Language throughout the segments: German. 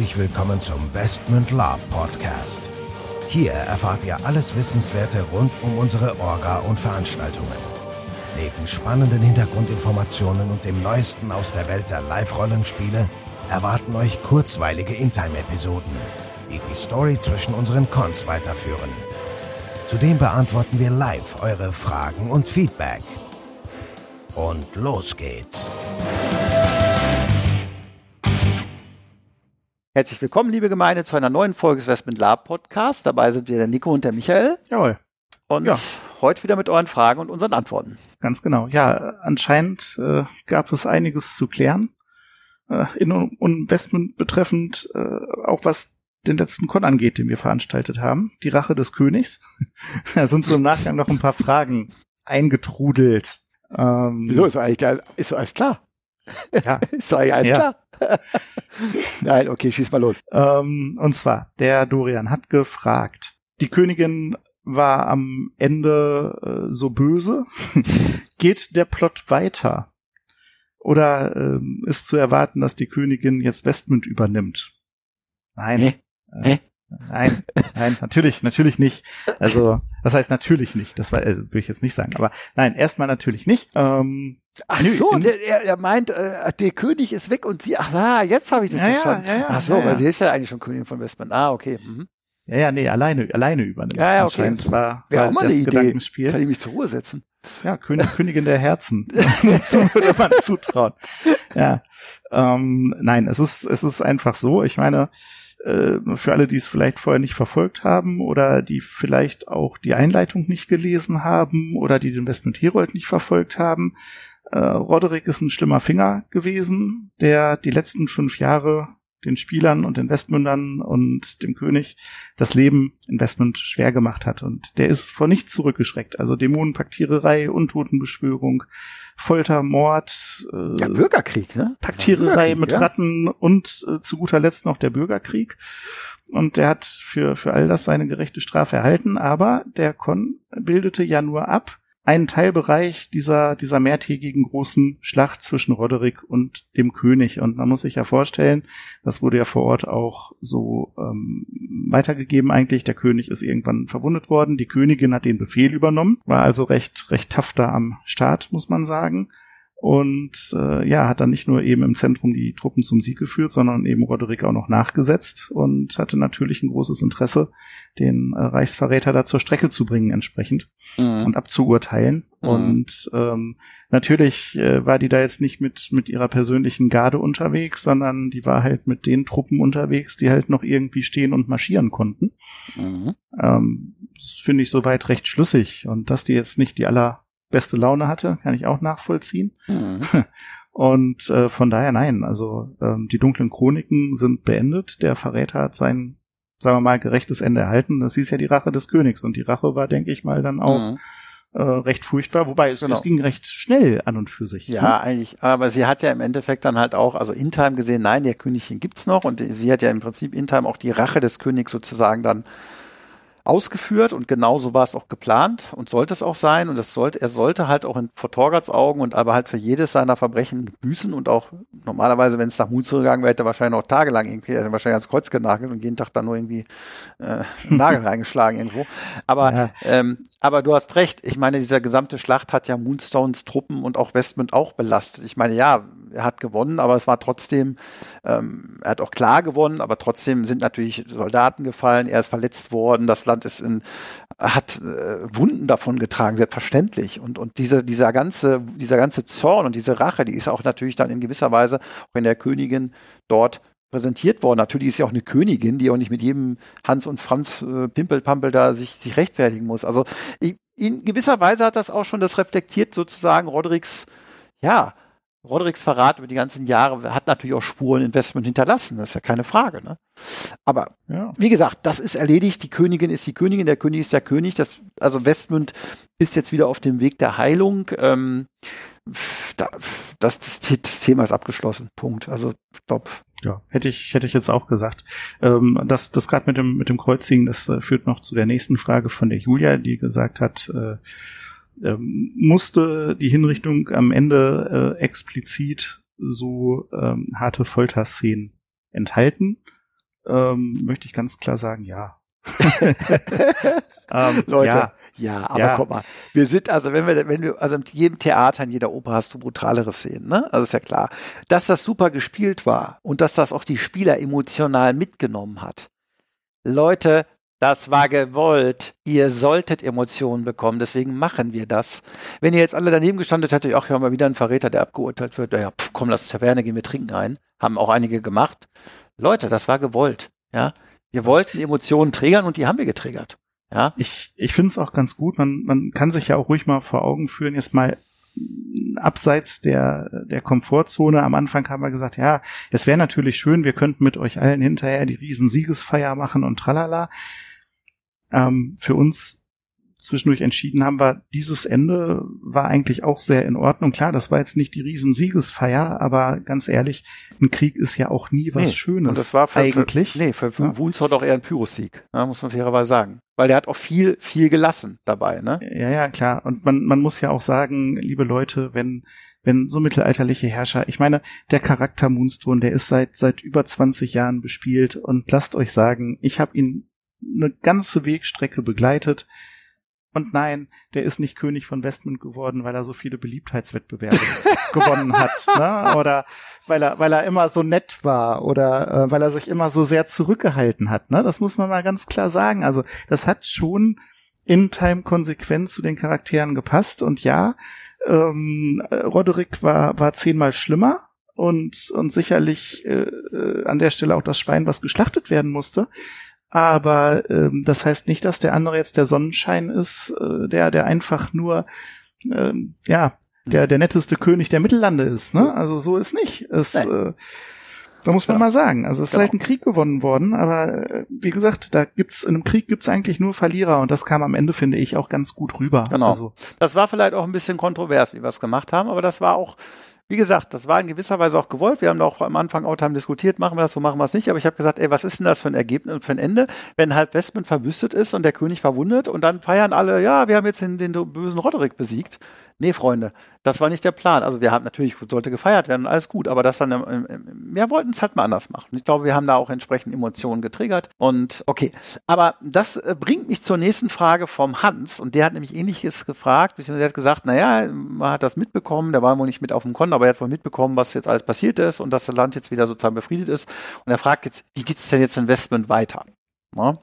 herzlich willkommen zum Westmund Lab Podcast. Hier erfahrt ihr alles Wissenswerte rund um unsere Orga und Veranstaltungen. Neben spannenden Hintergrundinformationen und dem Neuesten aus der Welt der Live-Rollenspiele erwarten euch kurzweilige In-Time-Episoden, die die Story zwischen unseren Cons weiterführen. Zudem beantworten wir live eure Fragen und Feedback. Und los geht's. Herzlich willkommen, liebe Gemeinde, zu einer neuen Folge des Westmund Lab Podcast. Dabei sind wir der Nico und der Michael. Jawohl. Und heute wieder mit euren Fragen und unseren Antworten. Ganz genau. Ja, anscheinend gab es einiges zu klären. In Westmund betreffend, auch was den letzten Con angeht, den wir veranstaltet haben. Die Rache des Königs. Da sind so im Nachgang noch ein paar Fragen eingetrudelt. Wieso? Ist eigentlich klar? Ist so alles klar? Ja. Ist doch alles klar? Nein, okay, schieß mal los. Und zwar, der Dorian hat gefragt. Die Königin war am Ende so böse. Geht der Plot weiter? Oder ist zu erwarten, dass die Königin jetzt Westmund übernimmt? Nein. Nein, natürlich nicht. Also, was heißt natürlich nicht? Das will ich jetzt nicht sagen. Aber nein, erstmal natürlich nicht. Ach so, er meint, der König ist weg und sie, jetzt habe ich das verstanden. Ja, ach so, weil sie ist ja eigentlich schon Königin von Westmund. Okay. Mhm. Nee, alleine übernimmt. Ja, okay. War auch mal das eine Idee. Gedankenspiel. Kann ich mich zur Ruhe setzen? Ja, Königin der Herzen. So würde man zutrauen. Ja, nein, es ist einfach so. Ich meine, für alle, die es vielleicht vorher nicht verfolgt haben oder die vielleicht auch die Einleitung nicht gelesen haben oder die den Westmund Herold nicht verfolgt haben, Roderick ist ein schlimmer Finger gewesen, der die letzten 5 Jahre den Spielern und den Westmündern und dem König das Leben in Westmund schwer gemacht hat. Und der ist vor nichts zurückgeschreckt. Also Dämonenpaktiererei, Untotenbeschwörung, Folter, Mord, Bürgerkrieg, ne? Paktiererei mit Ratten und zu guter Letzt noch der Bürgerkrieg. Und der hat für all das seine gerechte Strafe erhalten. Aber der Con bildete ja nur ab einen Teilbereich dieser mehrtägigen großen Schlacht zwischen Roderick und dem König. Und man muss sich ja vorstellen, das wurde ja vor Ort auch so weitergegeben eigentlich. Der König ist irgendwann verwundet worden. Die Königin hat den Befehl übernommen, war also recht tough da am Start, muss man sagen. Und hat dann nicht nur eben im Zentrum die Truppen zum Sieg geführt, sondern eben Roderick auch noch nachgesetzt und hatte natürlich ein großes Interesse, den Reichsverräter da zur Strecke zu bringen entsprechend und abzuurteilen. Und natürlich war die da jetzt nicht mit ihrer persönlichen Garde unterwegs, sondern die war halt mit den Truppen unterwegs, die halt noch irgendwie stehen und marschieren konnten. Das finde ich soweit recht schlüssig. Und dass die jetzt nicht die beste Laune hatte, kann ich auch nachvollziehen. Und von daher nein, also die dunklen Chroniken sind beendet, der Verräter hat sein, sagen wir mal, gerechtes Ende erhalten. Das hieß ja die Rache des Königs und die Rache war, denke ich mal, dann auch recht furchtbar, wobei es ging recht schnell an und für sich. Ja, eigentlich, aber sie hat ja im Endeffekt dann halt auch, also in Time gesehen, nein, der Königin gibt's noch und sie hat ja im Prinzip in Time auch die Rache des Königs sozusagen dann ausgeführt und genauso war es auch geplant und sollte es auch sein und er sollte halt auch vor Torgards Augen und aber halt für jedes seiner Verbrechen büßen und auch normalerweise, wenn es nach Mut zugegangen wäre, hätte er wahrscheinlich noch tagelang irgendwie, er hätte wahrscheinlich ans Kreuz genagelt und jeden Tag dann nur irgendwie einen Nagel reingeschlagen irgendwo. Aber du hast recht, ich meine, dieser gesamte Schlacht hat ja Moonstones Truppen und auch Westmund auch belastet. Ich meine, ja, er hat gewonnen, aber es war trotzdem, er hat auch klar gewonnen, aber trotzdem sind natürlich Soldaten gefallen, er ist verletzt worden, das Land hat Wunden davon getragen, selbstverständlich. Und dieser ganze Zorn und diese Rache, die ist auch natürlich dann in gewisser Weise auch in der Königin dort präsentiert worden. Natürlich ist sie auch eine Königin, die auch nicht mit jedem Hans und Franz Pimpelpampel da sich rechtfertigen muss. Also in gewisser Weise hat das auch schon das reflektiert sozusagen Rodericks Verrat über die ganzen Jahre hat natürlich auch Spuren in Westmund hinterlassen, das ist ja keine Frage. Ne? Aber wie gesagt, das ist erledigt, die Königin ist die Königin, der König ist der König, also Westmund ist jetzt wieder auf dem Weg der Heilung. Das Thema ist abgeschlossen, Punkt. Also ich glaube. Ja, hätte ich jetzt auch gesagt. Das gerade mit dem Kreuzigen, das führt noch zu der nächsten Frage von der Julia, die gesagt hat, musste die Hinrichtung am Ende explizit so harte Folterszenen enthalten? möchte ich ganz klar sagen, ja. Leute, aber guck mal, wir sind, also wenn wir, also in jedem Theater, in jeder Oper hast du brutalere Szenen, ne? Also ist ja klar. Dass das super gespielt war und dass das auch die Spieler emotional mitgenommen hat. Leute, das war gewollt. Ihr solltet Emotionen bekommen, deswegen machen wir das. Wenn ihr jetzt alle daneben gestanden hättet, ach, wir haben mal wieder einen Verräter, der abgeurteilt wird, ja, komm, lass Taverne, gehen wir trinken ein. Haben auch einige gemacht. Leute, das war gewollt, ja. Wir wollten Emotionen triggern und die haben wir getriggert. Ja. Ich finde es auch ganz gut. Man kann sich ja auch ruhig mal vor Augen führen, jetzt mal abseits der Komfortzone. Am Anfang haben wir gesagt, ja, es wäre natürlich schön, wir könnten mit euch allen hinterher die riesen Siegesfeier machen und tralala. Für uns zwischendurch entschieden haben wir, dieses Ende war eigentlich auch sehr in Ordnung. Klar, das war jetzt nicht die riesen Siegesfeier, aber ganz ehrlich, ein Krieg ist ja auch nie was Schönes. Und das war eigentlich. Für Wunstorf doch eher ein Pyrrhussieg, muss man fairerweise sagen. Weil der hat auch viel gelassen dabei, ne? Ja, klar. Und man muss ja auch sagen, liebe Leute, wenn so mittelalterliche Herrscher, ich meine, der Charakter Moonstone, der ist seit über 20 Jahren bespielt und lasst euch sagen, ich habe ihn eine ganze Wegstrecke begleitet. Und nein, der ist nicht König von Westmund geworden, weil er so viele Beliebtheitswettbewerbe gewonnen hat, ne? Oder weil er immer so nett war oder weil er sich immer so sehr zurückgehalten hat, ne? Das muss man mal ganz klar sagen. Also das hat schon in Time konsequent zu den Charakteren gepasst. Und ja, Roderick war 10-mal schlimmer und sicherlich an der Stelle auch das Schwein, was geschlachtet werden musste. Aber das heißt nicht, dass der andere jetzt der Sonnenschein ist, der einfach nur der netteste König der Mittellande ist. Ne? Also so ist nicht. So muss man mal sagen. Also es ist halt ein Krieg gewonnen worden, aber wie gesagt, in einem Krieg gibt's eigentlich nur Verlierer und das kam am Ende, finde ich, auch ganz gut rüber. Genau. Also, das war vielleicht auch ein bisschen kontrovers, wie wir es gemacht haben, aber das war auch, wie gesagt, das war in gewisser Weise auch gewollt. Wir haben da auch am Anfang Outtime diskutiert, machen wir das so, machen wir es nicht. Aber ich habe gesagt, ey, was ist denn das für ein Ergebnis und für ein Ende, wenn halt Westmund verwüstet ist und der König verwundet und dann feiern alle, ja, wir haben jetzt den bösen Roderick besiegt. Nee, Freunde, das war nicht der Plan. Also wir haben natürlich, sollte gefeiert werden und alles gut, aber das dann, wir wollten es halt mal anders machen. Ich glaube, wir haben da auch entsprechend Emotionen getriggert und okay. Aber das bringt mich zur nächsten Frage vom Hans und der hat nämlich Ähnliches gefragt, beziehungsweise er hat gesagt, naja, man hat das mitbekommen, der war wohl nicht mit auf dem Con, aber er hat wohl mitbekommen, was jetzt alles passiert ist und dass das Land jetzt wieder sozusagen befriedet ist. Und er fragt jetzt, wie geht es denn jetzt in Westmund weiter? Ja.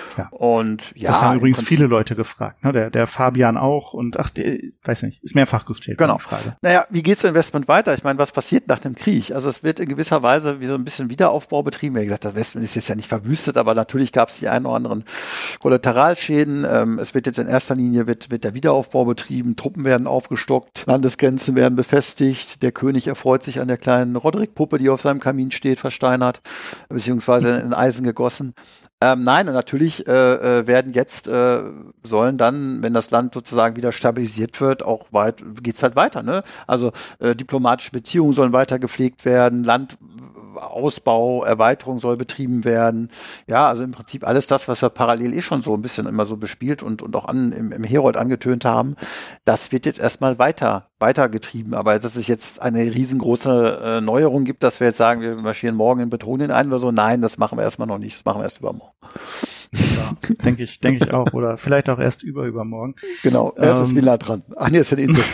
Und ja, das haben übrigens viele Leute gefragt, ne? Der Fabian auch und weiß nicht, ist mehrfach gestellt. Genau. Die Frage. Naja, wie geht's Investment weiter? Ich meine, was passiert nach dem Krieg? Also es wird in gewisser Weise wie so ein bisschen Wiederaufbau betrieben. Wie gesagt, das Westmund ist jetzt ja nicht verwüstet, aber natürlich gab es die ein oder anderen Kollateralschäden. Es wird jetzt in erster Linie wird der Wiederaufbau betrieben, Truppen werden aufgestockt, Landesgrenzen werden befestigt, der König erfreut sich an der kleinen Roderick-Puppe, die auf seinem Kamin steht, versteinert, beziehungsweise in Eisen gegossen. Nein, und natürlich werden jetzt, sollen dann, wenn das Land sozusagen wieder stabilisiert wird, auch geht's halt weiter, ne? Also diplomatische Beziehungen sollen weiter gepflegt werden, Landausbau, Erweiterung soll betrieben werden. Ja, also im Prinzip alles das, was wir parallel schon so ein bisschen immer so bespielt und auch im Herold angetönt haben, das wird jetzt erstmal weiter getrieben. Aber dass es jetzt eine riesengroße Neuerung gibt, dass wir jetzt sagen, wir marschieren morgen in Bretonien ein oder so, nein, das machen wir erstmal noch nicht, das machen wir erst übermorgen. Ja, denke ich auch. Oder vielleicht auch erst übermorgen. Genau, erst ist Villa dran. Ach nee, ist ja die Insel.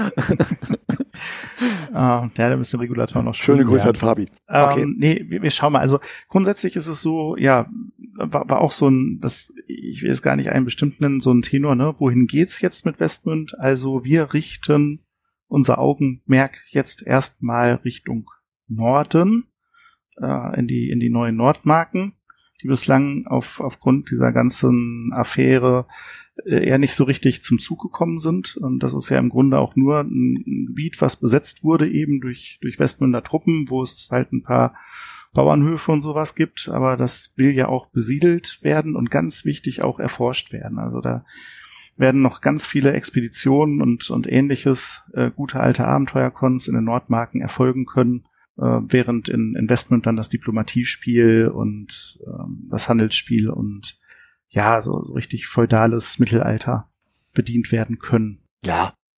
Da müssen Regulatoren noch schöne Grüße an Fabi. Okay. Nee, wir schauen mal. Also grundsätzlich ist es so, ja, war auch so ich will es gar nicht einen bestimmten nennen, so ein Tenor, ne? Wohin geht's jetzt mit Westmund? Also wir richten unser Augenmerk jetzt erstmal Richtung Norden, in die neuen Nordmarken, die bislang aufgrund dieser ganzen Affäre eher nicht so richtig zum Zug gekommen sind. Und das ist ja im Grunde auch nur ein Gebiet, was besetzt wurde eben durch Westmünder Truppen, wo es halt ein paar Bauernhöfe und sowas gibt. Aber das will ja auch besiedelt werden und ganz wichtig auch erforscht werden. Also da werden noch ganz viele Expeditionen und ähnliches, gute alte Abenteuercons in den Nordmarken erfolgen können, während in Westmund dann das Diplomatiespiel und das Handelsspiel und ja, so richtig feudales Mittelalter bedient werden können. Ja,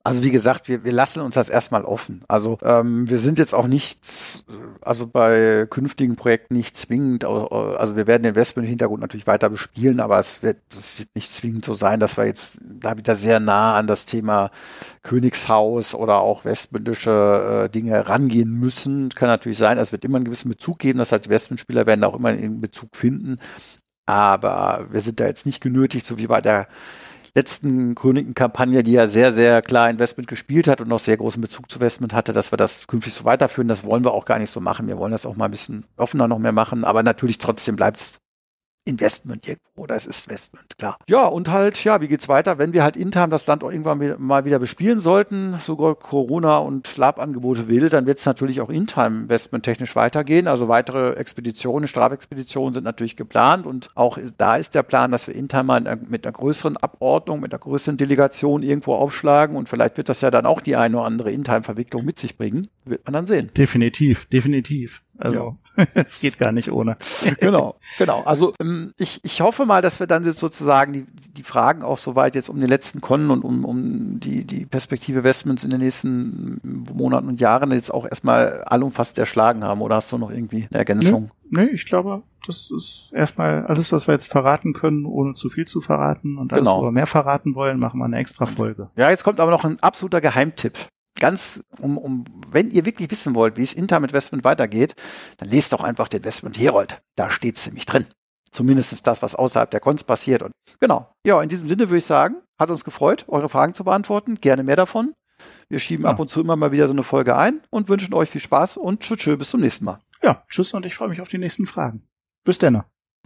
Also wie gesagt, wir lassen uns das erstmal offen. Also wir sind jetzt auch nicht, also bei künftigen Projekten nicht zwingend, also wir werden den Westwind-Hintergrund natürlich weiter bespielen, aber es wird nicht zwingend so sein, dass wir jetzt da wieder sehr nah an das Thema Königshaus oder auch westbündische Dinge rangehen müssen. Kann natürlich sein, es wird immer einen gewissen Bezug geben, dass halt die Westwind-Spieler werden da auch immer einen Bezug finden, aber wir sind da jetzt nicht genötigt, so wie bei der letzten Chroniken-Kampagne, die ja sehr, sehr klar in Westwind gespielt hat und noch sehr großen Bezug zu Westwind hatte, dass wir das künftig so weiterführen. Das wollen wir auch gar nicht so machen. Wir wollen das auch mal ein bisschen offener noch mehr machen, aber natürlich trotzdem bleibt es Investment irgendwo, oder es ist Westwind, klar. Ja, und halt, ja, wie geht's weiter? Wenn wir halt intern das Land auch irgendwann mal wieder bespielen sollten, sogar Corona und Lab-Angebote will, dann wird es natürlich auch intern investmenttechnisch weitergehen. Also weitere Expeditionen, Strafexpeditionen sind natürlich geplant und auch da ist der Plan, dass wir intern mal mit einer größeren Abordnung, mit einer größeren Delegation irgendwo aufschlagen und vielleicht wird das ja dann auch die eine oder andere interne Verwicklung mit sich bringen. Wird man dann sehen. Definitiv. Also, es geht gar nicht ohne. Genau. Also, ich hoffe mal, dass wir dann jetzt sozusagen die Fragen auch soweit jetzt um den letzten Con und um die Perspektive Westwinds in den nächsten Monaten und Jahren jetzt auch erstmal allumfassend erschlagen haben. Oder hast du noch irgendwie eine Ergänzung? Nee, ich glaube, das ist erstmal alles, was wir jetzt verraten können, ohne zu viel zu verraten. Und alles, wo wir mehr verraten wollen, machen wir eine extra Folge. Ja, jetzt kommt aber noch ein absoluter Geheimtipp. Ganz, wenn ihr wirklich wissen wollt, wie es intern mit Westwind weitergeht, dann lest doch einfach den Westwind Herold. Da steht's nämlich drin. Zumindest ist das, was außerhalb der Cons passiert. Und genau. Ja, in diesem Sinne würde ich sagen, hat uns gefreut, eure Fragen zu beantworten. Gerne mehr davon. Wir schieben ab und zu immer mal wieder so eine Folge ein und wünschen euch viel Spaß und tschüss, bis zum nächsten Mal. Ja, tschüss und ich freue mich auf die nächsten Fragen. Bis dann.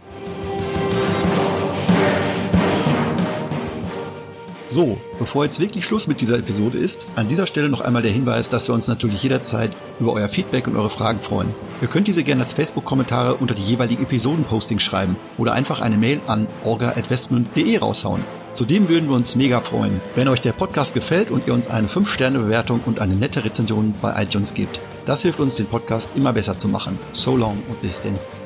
So, bevor jetzt wirklich Schluss mit dieser Episode ist, an dieser Stelle noch einmal der Hinweis, dass wir uns natürlich jederzeit über euer Feedback und eure Fragen freuen. Ihr könnt diese gerne als Facebook-Kommentare unter die jeweiligen Episoden-Postings schreiben oder einfach eine Mail an orga@westwind.de raushauen. Zudem würden wir uns mega freuen, wenn euch der Podcast gefällt und ihr uns eine 5-Sterne-Bewertung und eine nette Rezension bei iTunes gebt. Das hilft uns, den Podcast immer besser zu machen. So long und bis denn.